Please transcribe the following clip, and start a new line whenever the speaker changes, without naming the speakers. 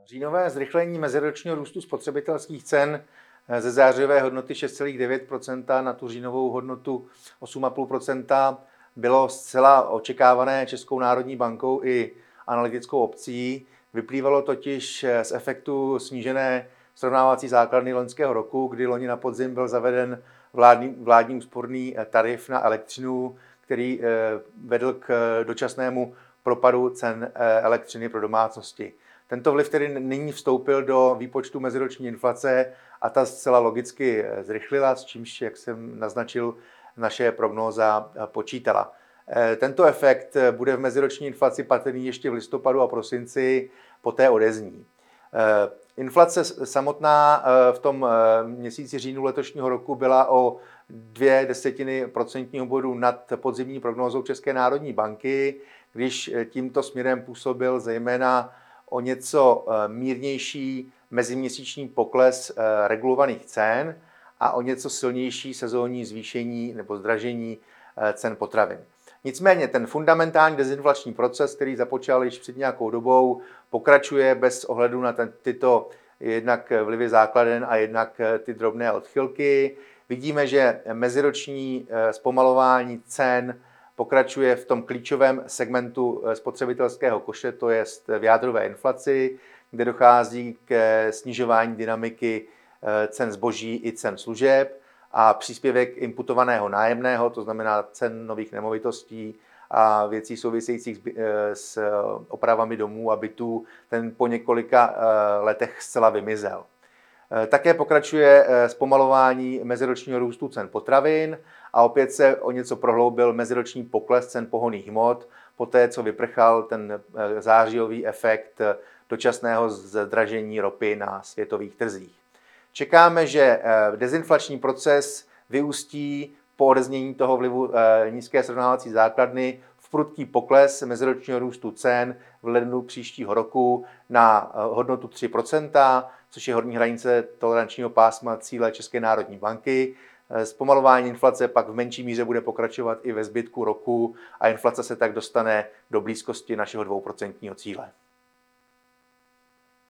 Říjnové zrychlení meziročního růstu spotřebitelských cen ze zářijové hodnoty 6,9% na tu říjnovou hodnotu 8,5% bylo zcela očekávané Českou národní bankou i analytickou obcí. Vyplývalo totiž z efektu snížené srovnávací základny loňského roku, kdy loni na podzim byl zaveden vládní úsporný tarif na elektřinu, který vedl k dočasnému propadu cen elektřiny pro domácnosti. Tento vliv tedy nyní vstoupil do výpočtu meziroční inflace a ta zcela logicky zrychlila, s čímž, jak jsem naznačil, naše prognóza počítala. Tento efekt bude v meziroční inflaci patrný ještě v listopadu a prosinci, poté odezní. Inflace samotná v tom měsíci říjnu letošního roku byla o 0,2 procentního bodu nad podzimní prognózou České národní banky, když tímto směrem působil zejména o něco mírnější meziměsíční pokles regulovaných cen a o něco silnější sezónní zvýšení nebo zdražení cen potravin. Nicméně ten fundamentální dezinflační proces, který započal již před nějakou dobou, pokračuje bez ohledu na tyto jednak vlivy základen a jednak ty drobné odchylky. Vidíme, že meziroční zpomalování cen pokračuje v tom klíčovém segmentu spotřebitelského koše, to je v jádrové inflaci, kde dochází k snižování dynamiky cen zboží i cen služeb a příspěvek imputovaného nájemného, to znamená cen nových nemovitostí a věcí souvisejících s opravami domů a bytů, ten po několika letech zcela vymizel. Také pokračuje zpomalování meziročního růstu cen potravin a opět se o něco prohloubil meziroční pokles cen pohonných hmot, poté co vyprchal ten zářijový efekt dočasného zdražení ropy na světových trzích. Čekáme, že dezinflační proces vyústí po odeznění toho vlivu nízké srovnávací základny v prudký pokles meziročního růstu cen v lednu příštího roku na hodnotu 3%, což je horní hranice tolerančního pásma cíle České národní banky. Zpomalování inflace pak v menší míře bude pokračovat i ve zbytku roku a inflace se tak dostane do blízkosti našeho 2% cíle.